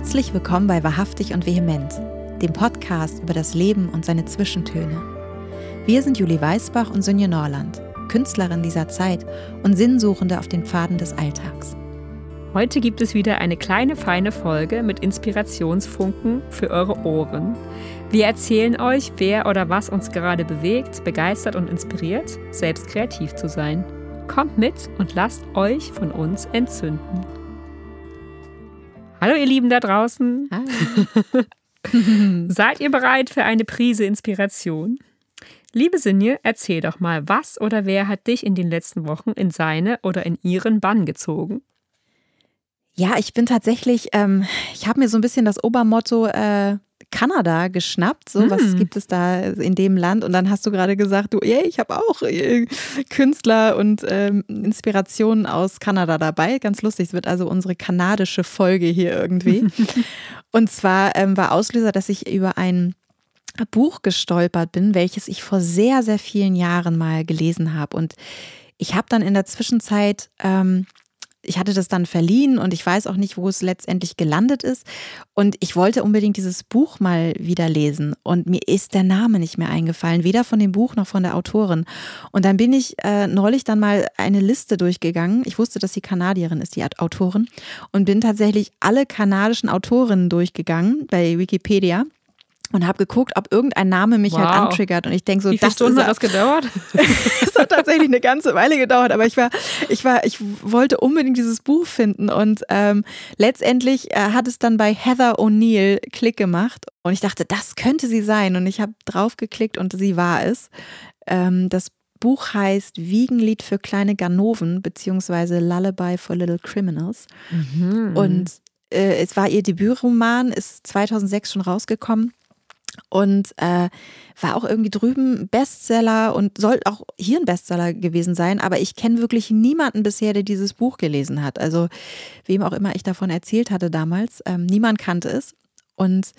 Herzlich willkommen bei Wahrhaftig und Vehement, dem Podcast über das Leben und seine Zwischentöne. Wir sind Julie Weisbach und Sonja Norland, Künstlerin dieser Zeit und Sinnsuchende auf den Pfaden des Alltags. Heute gibt es wieder eine kleine, feine Folge mit Inspirationsfunken für eure Ohren. Wir erzählen euch, wer oder was uns gerade bewegt, begeistert und inspiriert, selbst kreativ zu sein. Kommt mit und lasst euch von uns entzünden. Hallo ihr Lieben da draußen. Hi. Seid ihr bereit für eine Prise Inspiration? Liebe Sinje, erzähl doch mal, was oder wer hat dich in den letzten Wochen in seine oder in ihren Bann gezogen? Ja, ich bin tatsächlich, ich habe mir so ein bisschen das Obermotto Kanada geschnappt. So, was gibt es da in dem Land? Und dann hast du gerade gesagt, ich habe auch Künstler und Inspirationen aus Kanada dabei. Ganz lustig, es wird also unsere kanadische Folge hier irgendwie. Und zwar war Auslöser, dass ich über ein Buch gestolpert bin, welches ich vor sehr, sehr vielen Jahren mal gelesen habe. Und ich habe dann in der Zwischenzeit ich hatte das dann verliehen und ich weiß auch nicht, wo es letztendlich gelandet ist. Und ich wollte unbedingt dieses Buch mal wieder lesen. Und mir ist der Name nicht mehr eingefallen, weder von dem Buch noch von der Autorin. Und dann bin ich neulich dann mal eine Liste durchgegangen. Ich wusste, dass sie Kanadierin ist, die Autorin. Und bin tatsächlich alle kanadischen Autorinnen durchgegangen bei Wikipedia. Und habe geguckt, ob irgendein Name mich halt antriggert. Und ich denke so, wie viele Stunden hat das gedauert? Es hat tatsächlich eine ganze Weile gedauert, aber ich wollte unbedingt dieses Buch finden. Und letztendlich hat es dann bei Heather O'Neill Klick gemacht. Und ich dachte, das könnte sie sein. Und ich habe drauf geklickt und sie war es. Das Buch heißt Wiegenlied für kleine Ganoven beziehungsweise Lullaby for Little Criminals. Und es war ihr Debütroman, ist 2006 schon rausgekommen. Und war auch irgendwie drüben Bestseller und soll auch hier ein Bestseller gewesen sein. Aber ich kenne wirklich niemanden bisher, der dieses Buch gelesen hat. Also wem auch immer ich davon erzählt hatte damals. Niemand kannte es. Und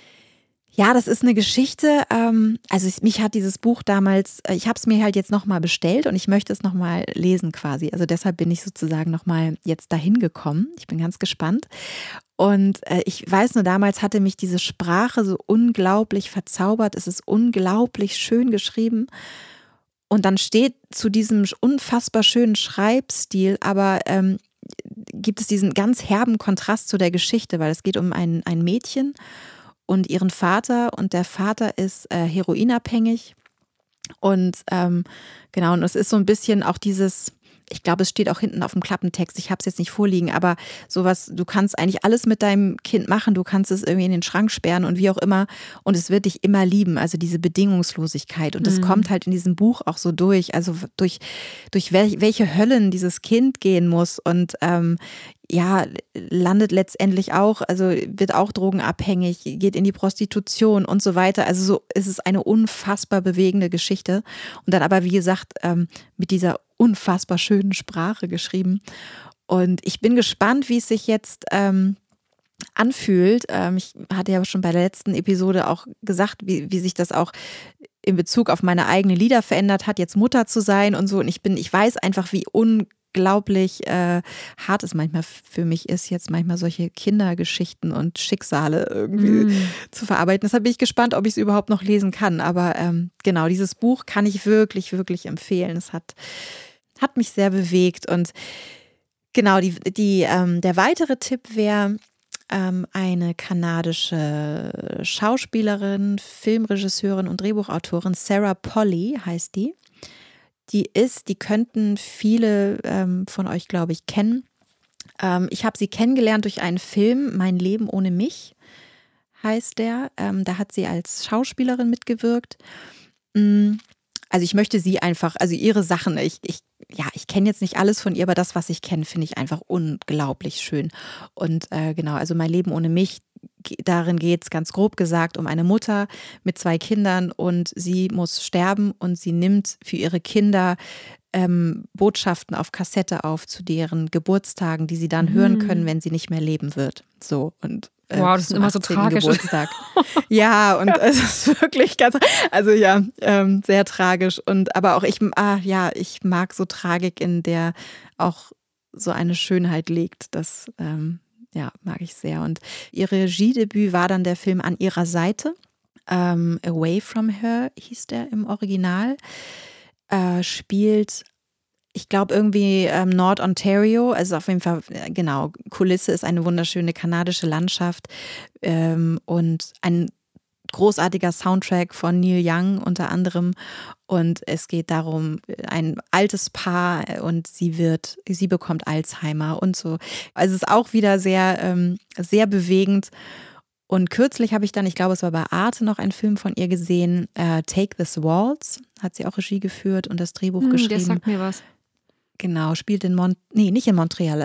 ja, das ist eine Geschichte. Mich hat dieses Buch damals, ich habe es mir halt jetzt nochmal bestellt und ich möchte es nochmal lesen quasi. Also deshalb bin ich sozusagen nochmal jetzt dahin gekommen. Ich bin ganz gespannt. Und ich weiß nur, damals hatte mich diese Sprache so unglaublich verzaubert. Es ist unglaublich schön geschrieben. Und dann steht zu diesem unfassbar schönen Schreibstil, aber gibt es diesen ganz herben Kontrast zu der Geschichte, weil es geht um ein Mädchen und ihren Vater. Und der Vater ist heroinabhängig. Und genau, und es ist so ein bisschen auch dieses... Ich glaube, es steht auch hinten auf dem Klappentext. Ich habe es jetzt nicht vorliegen, aber sowas, du kannst eigentlich alles mit deinem Kind machen. Du kannst es irgendwie in den Schrank sperren und wie auch immer. Und es wird dich immer lieben. Also diese Bedingungslosigkeit. Und das kommt halt in diesem Buch auch so durch. Also durch welche Höllen dieses Kind gehen muss. Und landet letztendlich auch, also wird auch drogenabhängig, geht in die Prostitution und so weiter. Also so ist es eine unfassbar bewegende Geschichte. Und dann aber, wie gesagt, mit dieser unfassbar schönen Sprache geschrieben. Und ich bin gespannt, wie es sich jetzt anfühlt. Ich hatte ja schon bei der letzten Episode auch gesagt, wie sich das auch in Bezug auf meine eigenen Lieder verändert hat, jetzt Mutter zu sein und so. Und ich weiß einfach, wie unglaublich hart es manchmal für mich ist, jetzt manchmal solche Kindergeschichten und Schicksale irgendwie zu verarbeiten. Deshalb bin ich gespannt, ob ich es überhaupt noch lesen kann. Aber genau, dieses Buch kann ich wirklich, wirklich empfehlen. Es hat mich sehr bewegt. Und genau, der weitere Tipp wäre eine kanadische Schauspielerin, Filmregisseurin und Drehbuchautorin, Sarah Polley heißt die. Die könnten viele von euch, glaube ich, kennen. Ich habe sie kennengelernt durch einen Film, Mein Leben ohne mich heißt der. Da hat sie als Schauspielerin mitgewirkt. Also ich möchte sie einfach, also ihre Sachen, ich kenne jetzt nicht alles von ihr, aber das, was ich kenne, finde ich einfach unglaublich schön. Und genau, also Mein Leben ohne mich, darin geht es ganz grob gesagt um eine Mutter mit 2 Kindern und sie muss sterben und sie nimmt für ihre Kinder Botschaften auf Kassette auf zu deren Geburtstagen, die sie dann hören können, wenn sie nicht mehr leben wird. So und wow, das ist immer so tragisch. Geburtstag. Ja, und es ist wirklich ganz, also ja, sehr tragisch. Und aber auch ich mag so Tragik, in der auch so eine Schönheit liegt, dass Ja, mag ich sehr. Und ihr Regiedebüt war dann der Film An ihrer Seite. Away from Her hieß der im Original. Spielt, ich glaube, irgendwie Nord-Ontario, also auf jeden Fall, genau, Kulisse ist eine wunderschöne kanadische Landschaft und ein großartiger Soundtrack von Neil Young unter anderem. Und es geht darum, ein altes Paar und sie bekommt Alzheimer und so. Also es ist auch wieder sehr, sehr bewegend. Und kürzlich habe ich dann, ich glaube, es war bei Arte noch ein Film von ihr gesehen, Take This Waltz, hat sie auch Regie geführt und das Drehbuch geschrieben. Der sagt mir was. Genau, spielt nicht in Montreal,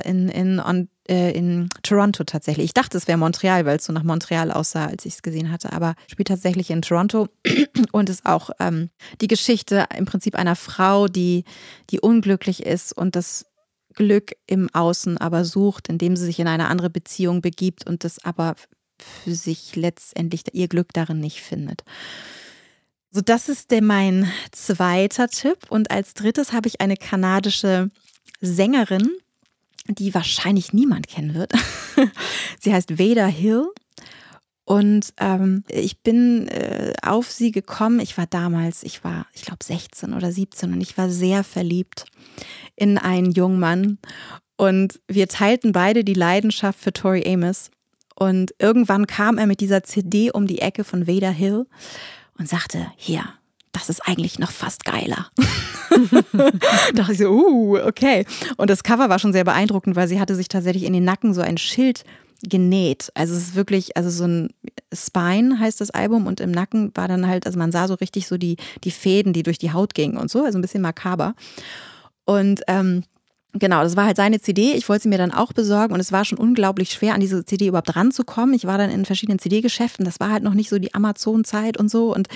in Toronto tatsächlich. Ich dachte, es wäre Montreal, weil es so nach Montreal aussah, als ich es gesehen hatte, aber spielt tatsächlich in Toronto und ist auch die Geschichte im Prinzip einer Frau, die unglücklich ist und das Glück im Außen aber sucht, indem sie sich in eine andere Beziehung begibt und das aber für sich letztendlich ihr Glück darin nicht findet. So, das ist mein zweiter Tipp. Und als drittes habe ich eine kanadische Sängerin, die wahrscheinlich niemand kennen wird. Sie heißt Veda Hill. Und ich bin auf sie gekommen. Ich glaube 16 oder 17 und ich war sehr verliebt in einen jungen Mann. Und wir teilten beide die Leidenschaft für Tori Amos. Und irgendwann kam er mit dieser CD um die Ecke von Veda Hill und sagte, hier, das ist eigentlich noch fast geiler. Da dachte ich so, okay. Und das Cover war schon sehr beeindruckend, weil sie hatte sich tatsächlich in den Nacken so ein Schild genäht. Also es ist wirklich, also so ein Spine heißt das Album und im Nacken war dann halt, also man sah so richtig so die Fäden, die durch die Haut gingen und so, also ein bisschen makaber. Und genau, das war halt seine CD. Ich wollte sie mir dann auch besorgen und es war schon unglaublich schwer, an diese CD überhaupt ranzukommen. Ich war dann in verschiedenen CD-Geschäften. Das war halt noch nicht so die Amazon-Zeit und so und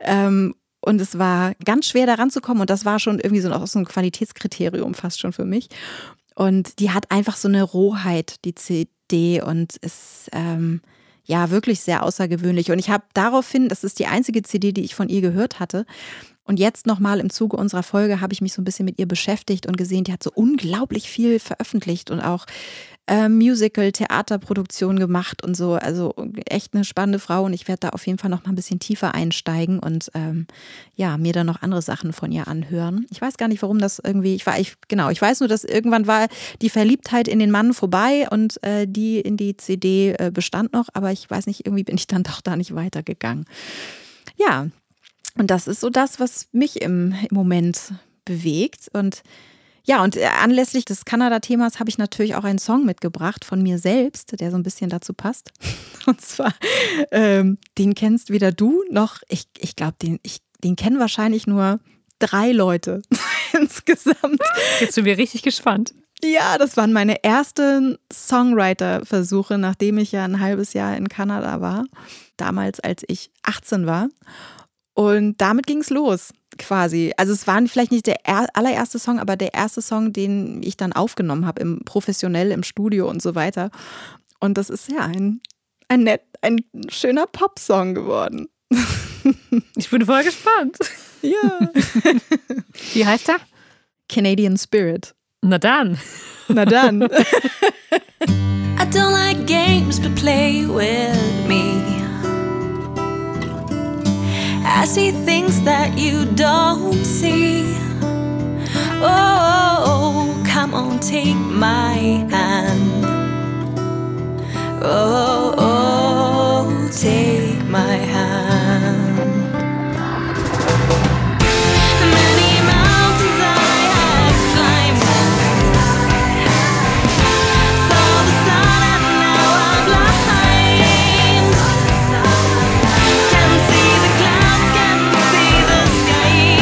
es war ganz schwer, da ranzukommen und das war schon irgendwie so ein Qualitätskriterium fast schon für mich. Und die hat einfach so eine Rohheit, die CD und ist wirklich sehr außergewöhnlich. Und ich habe daraufhin, das ist die einzige CD, die ich von ihr gehört hatte, und jetzt nochmal im Zuge unserer Folge habe ich mich so ein bisschen mit ihr beschäftigt und gesehen, die hat so unglaublich viel veröffentlicht und auch Musical, Theaterproduktion gemacht und so. Also echt eine spannende Frau und ich werde da auf jeden Fall noch mal ein bisschen tiefer einsteigen und mir dann noch andere Sachen von ihr anhören. Ich weiß gar nicht, warum das irgendwie, ich weiß nur, dass irgendwann war die Verliebtheit in den Mann vorbei und die in die CD bestand noch, aber ich weiß nicht, irgendwie bin ich dann doch da nicht weitergegangen. Ja, und das ist so das, was mich im Moment bewegt. Und ja, und anlässlich des Kanada-Themas habe ich natürlich auch einen Song mitgebracht von mir selbst, der so ein bisschen dazu passt. Und zwar, den kennst weder du noch, ich glaube, den kennen wahrscheinlich nur 3 Leute insgesamt. Jetzt sind wir richtig gespannt. Ja, das waren meine ersten Songwriter-Versuche, nachdem ich ja ein halbes Jahr in Kanada war. Damals, als ich 18 war. Und damit ging es los, quasi. Also es war vielleicht nicht der allererste Song, aber der erste Song, den ich dann aufgenommen habe, professionell im Studio und so weiter. Und das ist ja ein schöner Popsong geworden. Ich bin voll gespannt. Ja. Wie heißt er? Canadian Spirit. Na dann. Na dann. I don't like games, but play with me. I see things that you don't see. Oh, come on, take my hand. Oh, take my hand. Many mountains I have climbed. Saw the sun and now I'm blind. Can see the clouds, can see the sky.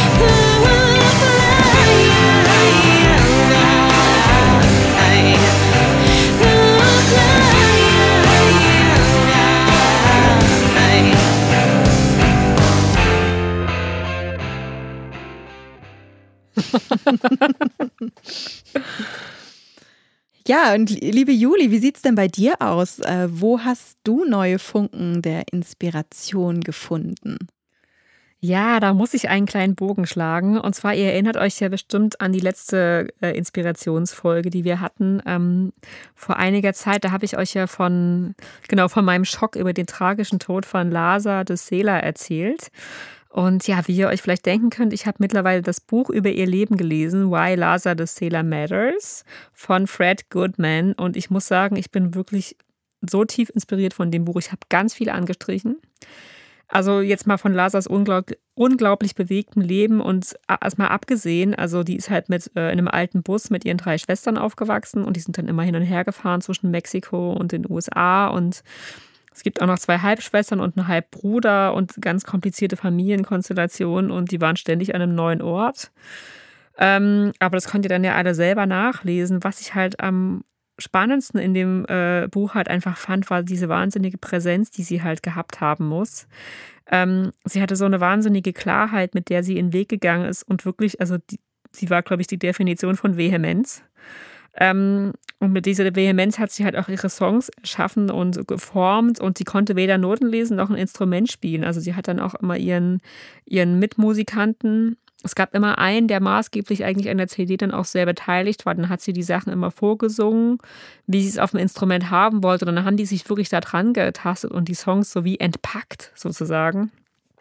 Ja, und liebe Juli, wie sieht's denn bei dir aus? Wo hast du neue Funken der Inspiration gefunden? Ja, da muss ich einen kleinen Bogen schlagen. Und zwar, ihr erinnert euch ja bestimmt an die letzte Inspirationsfolge, die wir hatten. Vor einiger Zeit, da habe ich euch ja von meinem Schock über den tragischen Tod von Lhasa de Sela erzählt. Und ja, wie ihr euch vielleicht denken könnt, ich habe mittlerweile das Buch über ihr Leben gelesen, Why Lhasa de Sela Matters, von Fred Goodman. Und ich muss sagen, ich bin wirklich so tief inspiriert von dem Buch. Ich habe ganz viel angestrichen. Also jetzt mal von Lhasas unglaublich bewegtem Leben und erstmal abgesehen, also die ist halt in einem alten Bus mit ihren 3 Schwestern aufgewachsen und die sind dann immer hin und her gefahren zwischen Mexiko und den USA und es gibt auch noch 2 Halbschwestern und einen Halbbruder und ganz komplizierte Familienkonstellationen und die waren ständig an einem neuen Ort. Aber das könnt ihr dann ja alle selber nachlesen. Was ich halt am spannendsten in dem Buch halt einfach fand, war diese wahnsinnige Präsenz, die sie halt gehabt haben muss. Sie hatte so eine wahnsinnige Klarheit, mit der sie in den Weg gegangen ist und wirklich, also sie war, glaube ich, die Definition von Vehemenz. Und mit dieser Vehemenz hat sie halt auch ihre Songs erschaffen und geformt und sie konnte weder Noten lesen noch ein Instrument spielen. Also sie hat dann auch immer ihren Mitmusikanten. Es gab immer einen, der maßgeblich eigentlich an der CD dann auch sehr beteiligt war. Dann hat sie die Sachen immer vorgesungen, wie sie es auf dem Instrument haben wollte. Und dann haben die sich wirklich da dran getastet und die Songs so wie entpackt sozusagen.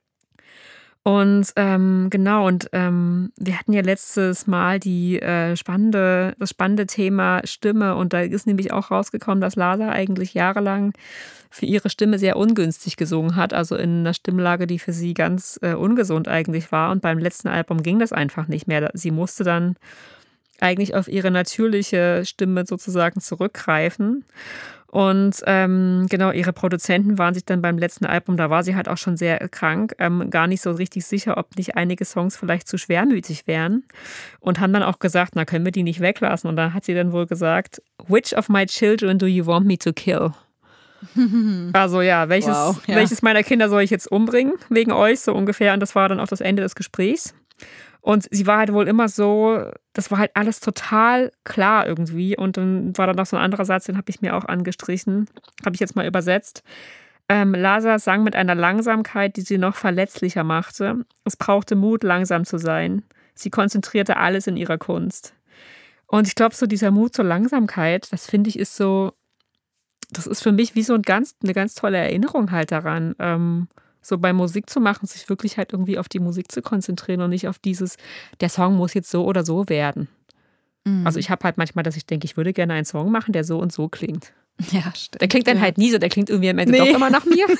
Und wir hatten ja letztes Mal das spannende Thema Stimme und da ist nämlich auch rausgekommen, dass Lhasa eigentlich jahrelang für ihre Stimme sehr ungünstig gesungen hat, also in einer Stimmlage, die für sie ganz ungesund eigentlich war und beim letzten Album ging das einfach nicht mehr. Sie musste dann eigentlich auf ihre natürliche Stimme sozusagen zurückgreifen. Und ihre Produzenten waren sich dann beim letzten Album, da war sie halt auch schon sehr krank, gar nicht so richtig sicher, ob nicht einige Songs vielleicht zu schwermütig wären und haben dann auch gesagt, na, können wir die nicht weglassen? Und da hat sie dann wohl gesagt, which of my children do you want me to kill? Also ja, welches meiner Kinder soll ich jetzt umbringen, wegen euch, so ungefähr. Und das war dann auch das Ende des Gesprächs. Und sie war halt wohl immer so, das war halt alles total klar irgendwie. Und dann war da noch so ein anderer Satz, den habe ich mir auch angestrichen, habe ich jetzt mal übersetzt. Lhasa sang mit einer Langsamkeit, die sie noch verletzlicher machte. Es brauchte Mut, langsam zu sein. Sie konzentrierte alles in ihrer Kunst. Und ich glaube, so dieser Mut zur Langsamkeit, das finde ich ist für mich wie so eine ganz tolle Erinnerung halt daran, so bei Musik zu machen, sich wirklich halt irgendwie auf die Musik zu konzentrieren und nicht auf der Song muss jetzt so oder so werden. Mhm. Also ich habe halt manchmal, dass ich denke, ich würde gerne einen Song machen, der so und so klingt. Ja, stimmt. Der klingt dann halt nie so, der klingt irgendwie am Ende doch immer nach mir.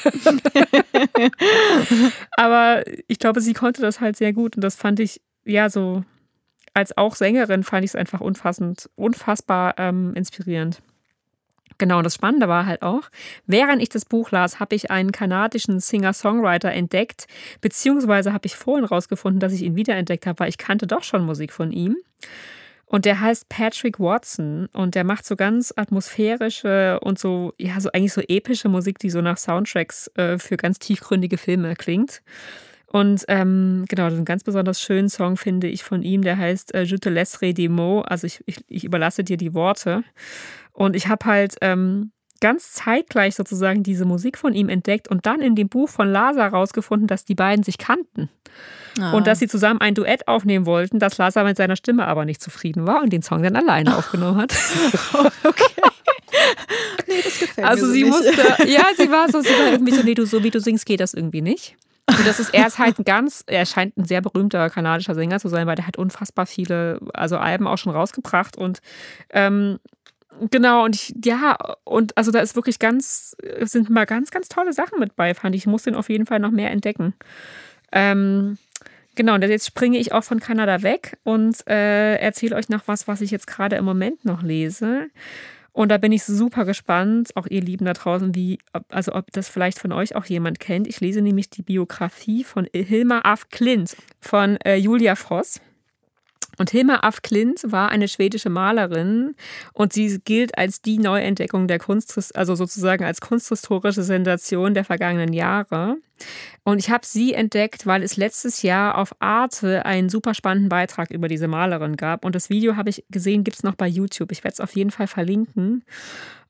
Aber ich glaube, sie konnte das halt sehr gut und das fand ich, ja, so als auch Sängerin fand ich es einfach unfassbar inspirierend. Genau, und das Spannende war halt auch, während ich das Buch las, habe ich einen kanadischen Singer-Songwriter entdeckt, beziehungsweise habe ich vorhin rausgefunden, dass ich ihn wiederentdeckt habe, weil ich kannte doch schon Musik von ihm. Und der heißt Patrick Watson und der macht so ganz atmosphärische und so eigentlich so epische Musik, die so nach Soundtracks für ganz tiefgründige Filme klingt. Und einen ganz besonders schönen Song finde ich von ihm, der heißt Je te laisserai des mots, also ich überlasse dir die Worte. Und ich habe halt ganz zeitgleich sozusagen diese Musik von ihm entdeckt und dann in dem Buch von Lhasa rausgefunden, dass die beiden sich kannten. Und dass sie zusammen ein Duett aufnehmen wollten, dass Lhasa mit seiner Stimme aber nicht zufrieden war und den Song dann alleine aufgenommen hat. Okay. Nee, das gefällt also mir so sie nicht. musste, ja, sie war irgendwie so, nee, so wie du singst, geht das irgendwie nicht. Und er scheint ein sehr berühmter kanadischer Sänger zu sein, weil der hat unfassbar viele, Alben auch schon rausgebracht und genau, und also da ist wirklich sind mal ganz, ganz tolle Sachen mit bei, fand ich. Ich muss den auf jeden Fall noch mehr entdecken. Genau, und jetzt springe ich auch von Kanada weg und erzähle euch noch was ich jetzt gerade im Moment noch lese. Und da bin ich super gespannt, auch ihr Lieben da draußen, ob das vielleicht von euch auch jemand kennt. Ich lese nämlich die Biografie von Hilma af Klint von Julia Voss. Und Hilma af Klint war eine schwedische Malerin und sie gilt als die Neuentdeckung der Kunst, also sozusagen als kunsthistorische Sensation der vergangenen Jahre. Und ich habe sie entdeckt, weil es letztes Jahr auf Arte einen super spannenden Beitrag über diese Malerin gab. Und das Video habe ich gesehen, gibt es noch bei YouTube. Ich werde es auf jeden Fall verlinken.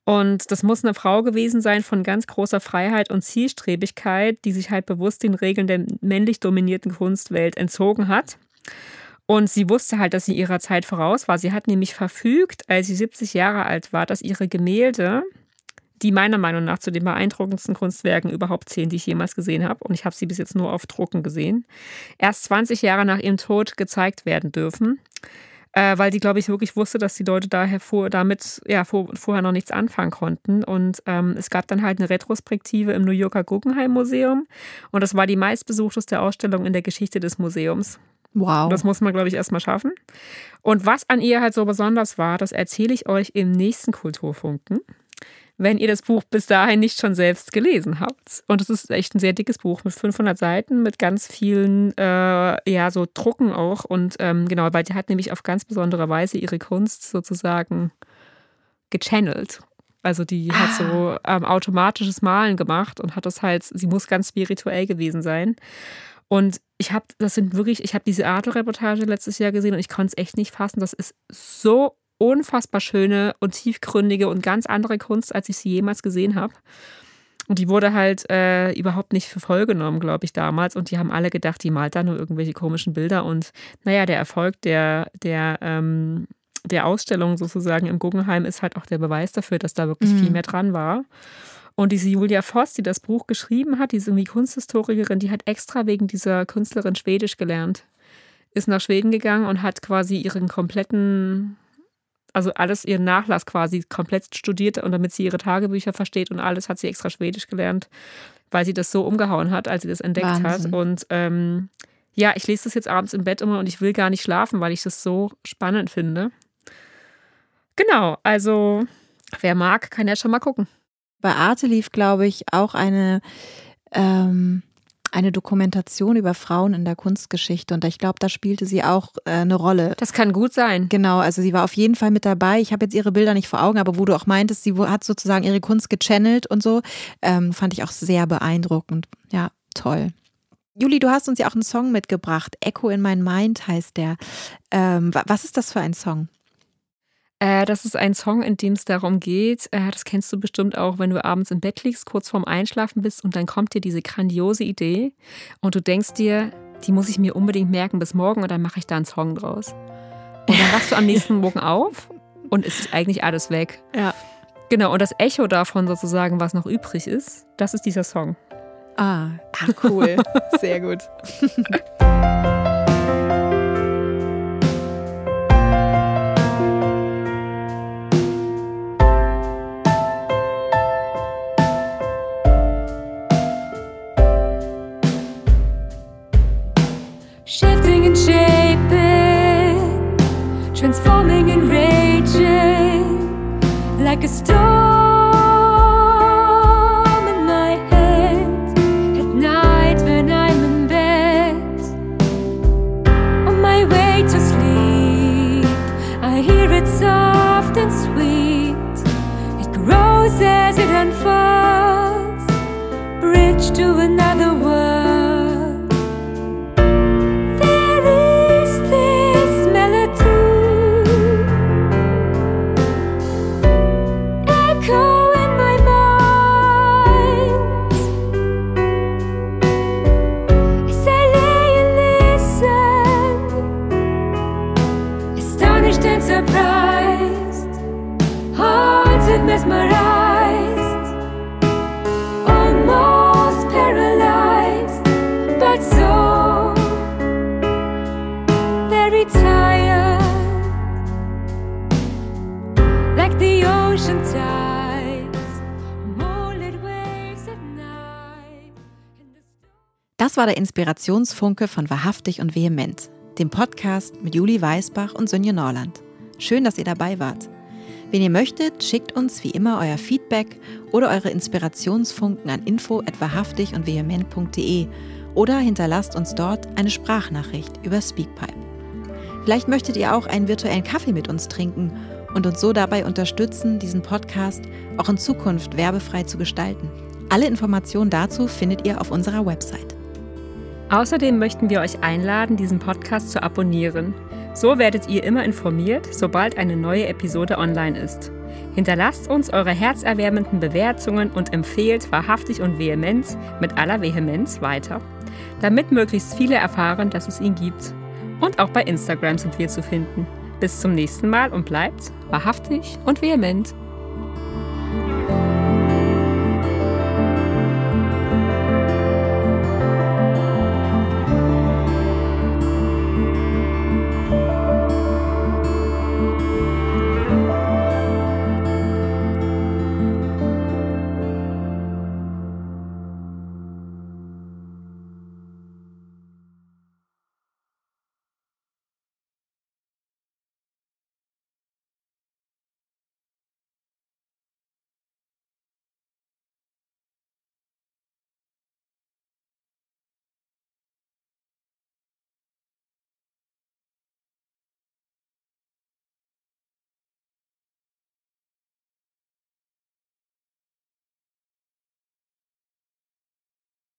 Und das muss eine Frau gewesen sein von ganz großer Freiheit und Zielstrebigkeit, die sich halt bewusst den Regeln der männlich dominierten Kunstwelt entzogen hat. Und sie wusste halt, dass sie ihrer Zeit voraus war. Sie hat nämlich verfügt, als sie 70 Jahre alt war, dass ihre Gemälde, die meiner Meinung nach zu den beeindruckendsten Kunstwerken überhaupt zählen, die ich jemals gesehen habe, und ich habe sie bis jetzt nur auf Drucken gesehen, erst 20 Jahre nach ihrem Tod gezeigt werden dürfen. Weil die, glaube ich, wirklich wusste, dass die Leute damit vorher noch nichts anfangen konnten. Und es gab dann halt eine Retrospektive im New Yorker Guggenheim Museum. Und das war die meistbesuchteste Ausstellung in der Geschichte des Museums. Wow. Das muss man, glaube ich, erstmal schaffen. Und was an ihr halt so besonders war, das erzähle ich euch im nächsten Kulturfunken, wenn ihr das Buch bis dahin nicht schon selbst gelesen habt. Und es ist echt ein sehr dickes Buch mit 500 Seiten, mit ganz vielen, so Drucken auch. Und genau, weil die hat nämlich auf ganz besondere Weise ihre Kunst sozusagen gechannelt. Also die hat so automatisches Malen gemacht und hat das halt, sie muss ganz spirituell gewesen sein. Und ich habe diese Arte-Reportage letztes Jahr gesehen und ich konnte es echt nicht fassen. Das ist so unfassbar schöne und tiefgründige und ganz andere Kunst, als ich sie jemals gesehen habe. Und die wurde halt überhaupt nicht für voll genommen, glaube ich, damals. Und die haben alle gedacht, die malt da nur irgendwelche komischen Bilder. Und naja, der Erfolg der Ausstellung sozusagen im Guggenheim ist halt auch der Beweis dafür, dass da wirklich viel mehr dran war. Und diese Julia Voss, die das Buch geschrieben hat, die ist irgendwie Kunsthistorikerin, die hat extra wegen dieser Künstlerin Schwedisch gelernt. Ist nach Schweden gegangen und hat quasi ihren Nachlass quasi komplett studiert, und damit sie ihre Tagebücher versteht und alles, hat sie extra Schwedisch gelernt, weil sie das so umgehauen hat, als sie das entdeckt hat. Und ich lese das jetzt abends im Bett immer und ich will gar nicht schlafen, weil ich das so spannend finde. Genau, also wer mag, kann ja schon mal gucken. Bei Arte lief, glaube ich, auch eine Dokumentation über Frauen in der Kunstgeschichte, und ich glaube, da spielte sie auch eine Rolle. Das kann gut sein. Genau, also sie war auf jeden Fall mit dabei. Ich habe jetzt ihre Bilder nicht vor Augen, aber wo du auch meintest, sie hat sozusagen ihre Kunst gechannelt und so, fand ich auch sehr beeindruckend. Ja, toll. Juli, du hast uns ja auch einen Song mitgebracht. Echo in my mind heißt der. Was ist das für ein Song? Das ist ein Song, in dem es darum geht, das kennst du bestimmt auch, wenn du abends im Bett liegst, kurz vorm Einschlafen bist, und dann kommt dir diese grandiose Idee und du denkst dir, die muss ich mir unbedingt merken bis morgen, und dann mache ich da einen Song draus. Und dann wachst du am nächsten Morgen auf und es ist eigentlich alles weg. Ja. Genau, und das Echo davon sozusagen, was noch übrig ist, das ist dieser Song. Cool. Sehr gut. Shifting and shaping, transforming and raging, like a storm in my head. At night when I'm in bed, on my way to sleep, I hear it soft and sweet. It grows as it unfolds, bridge to another world. Mesmerized, almost paralyzed, but so very tired, like the ocean tides, molded waves at night. Das war der Inspirationsfunke von Wahrhaftig und Vehement, dem Podcast mit Juli Weisbach und Sönje Norland. Schön, dass ihr dabei wart. Wenn ihr möchtet, schickt uns wie immer euer Feedback oder eure Inspirationsfunken an info@wahrhaftigundvehement.de oder hinterlasst uns dort eine Sprachnachricht über Speakpipe. Vielleicht möchtet ihr auch einen virtuellen Kaffee mit uns trinken und uns so dabei unterstützen, diesen Podcast auch in Zukunft werbefrei zu gestalten. Alle Informationen dazu findet ihr auf unserer Website. Außerdem möchten wir euch einladen, diesen Podcast zu abonnieren. So werdet ihr immer informiert, sobald eine neue Episode online ist. Hinterlasst uns eure herzerwärmenden Bewertungen und empfehlt wahrhaftig und vehement mit aller Vehemenz weiter, damit möglichst viele erfahren, dass es ihn gibt. Und auch bei Instagram sind wir zu finden. Bis zum nächsten Mal und bleibt wahrhaftig und vehement.